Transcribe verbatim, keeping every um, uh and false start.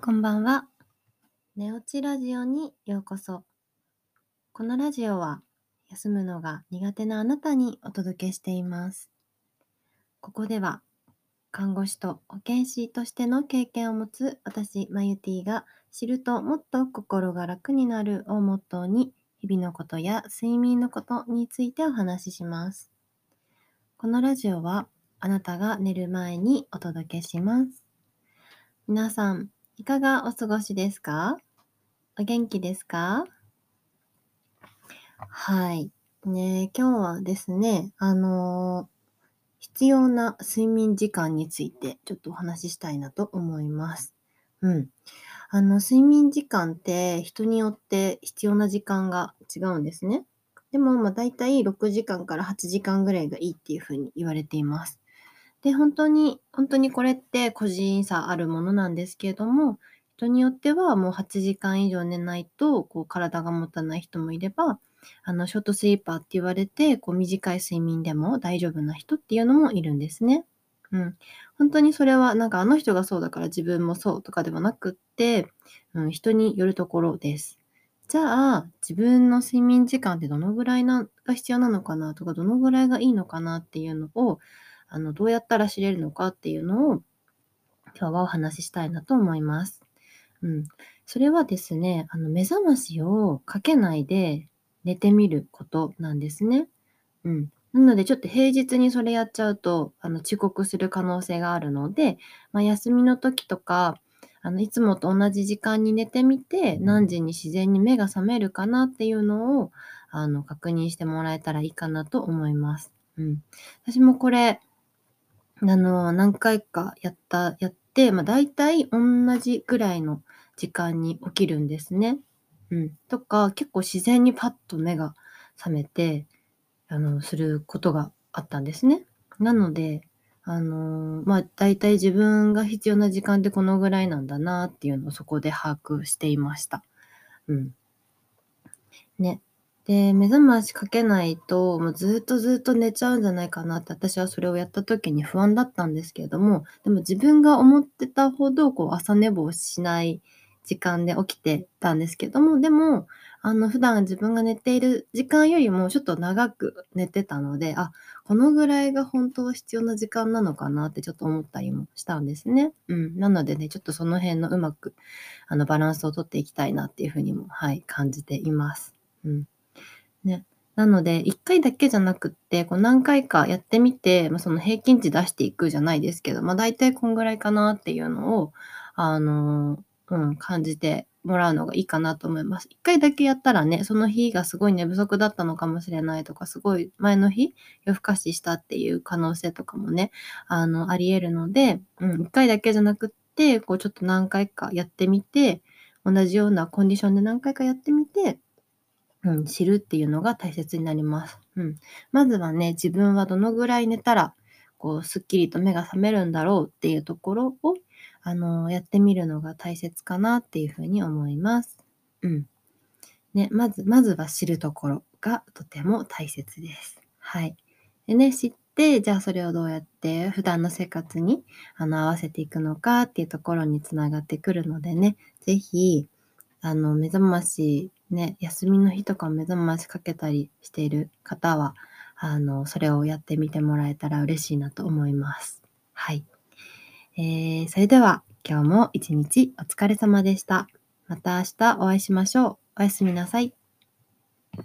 こんばんは。寝落ちラジオにようこそ。このラジオは休むのが苦手なあなたにお届けしています。ここでは看護師と保健師としての経験を持つ私、マユティが知るともっと心が楽になるをモットーに日々のことや睡眠のことについてお話しします。このラジオはあなたが寝る前にお届けします。皆さん、いかがお過ごしですか？お元気ですか？はい。ね、今日はですね、あの、必要な睡眠時間についてちょっとお話ししたいなと思います。うん。あの、睡眠時間って人によって必要な時間が違うんですね。でも、ま、だいたいろくじかんからはちじかんぐらいがいいっていう風に言われています。で、本当に本当にこれって個人差あるものなんですけれども、人によってはもうはちじかん以上寝ないと、こう体が持たない人もいれば、あのショートスリーパーって言われて、こう短い睡眠でも大丈夫な人っていうのもいるんですね。うん。本当にそれはなんかあの人がそうだから自分もそうとかではなくって、うん、人によるところです。じゃあ、自分の睡眠時間ってどのぐらいなが必要なのかなとか、どのぐらいがいいのかなっていうのを、あの、どうやったら知れるのかっていうのを、今日はお話ししたいなと思います。うん。それはですね、あの、目覚ましをかけないで寝てみることなんですね。うん。なのでちょっと平日にそれやっちゃうと、あの、遅刻する可能性があるので、ま、休みの時とか、あの、いつもと同じ時間に寝てみて、何時に自然に目が覚めるかなっていうのを、あの、確認してもらえたらいいかなと思います。うん。私もこれあの、何回かやったやって、ま、大体おんなじぐらいの時間に起きるんですね。うん。とか、結構自然にパッと目が覚めて、あの、することがあったんですね。なので、あの、ま、大体自分が必要な時間ってこのぐらいなんだなっていうのをそこで把握していました。うん。ね。で、目覚ましかけないと、もうずっとずっと寝ちゃうんじゃないかなって私はそれをやった時に不安だったんですけれども、でも自分が思ってたほどこう朝寝坊しない時間で起きてたんですけども、でも、あの普段自分が寝ている時間よりもちょっと長く寝てたので、あ、このぐらいが本当は必要な時間なのかなってちょっと思ったりもしたんですね。うん。なのでね、ちょっとその辺のうまくあのバランスを取っていきたいなっていう風にも、はい、感じています。うん。ね。なので、いっかいだけじゃなくって、こう何回かやってみて、ま、その平均値出していくじゃないですけど、ま、大体こんぐらいかなっていうのを、あの、うん、感じてもらうのがいいかなと思います。いっかいだけやったらね、その日がすごい寝不足だったのかもしれないとか、すごい前の日、夜更かししたっていう可能性とかもね、あの、あり得るので、うん、いっかいだけじゃなくって、こうちょっと何回かやってみて、同じようなコンディションで何回かやってみてうん、知るっていうのが大切になります。うん。まずはね、自分はどのぐらい寝たら、こうすっきりと目が覚めるんだろうっていうところを、あの、やってみるのが大切かなっていう風に思います。うん。ね、まずまずは知るところがとても大切です。はい。でね、知って、じゃあそれをどうやって普段の生活に、あの、合わせていくのかっていうところに繋がってくるのでね、ぜひあの、目覚ましね、休みの日とか目覚ましかけたりしている方は、あの、それをやってみてもらえたら嬉しいなと思います。はい。えー、それでは今日も一日お疲れ様でした。また明日お会いしましょう。おやすみなさい。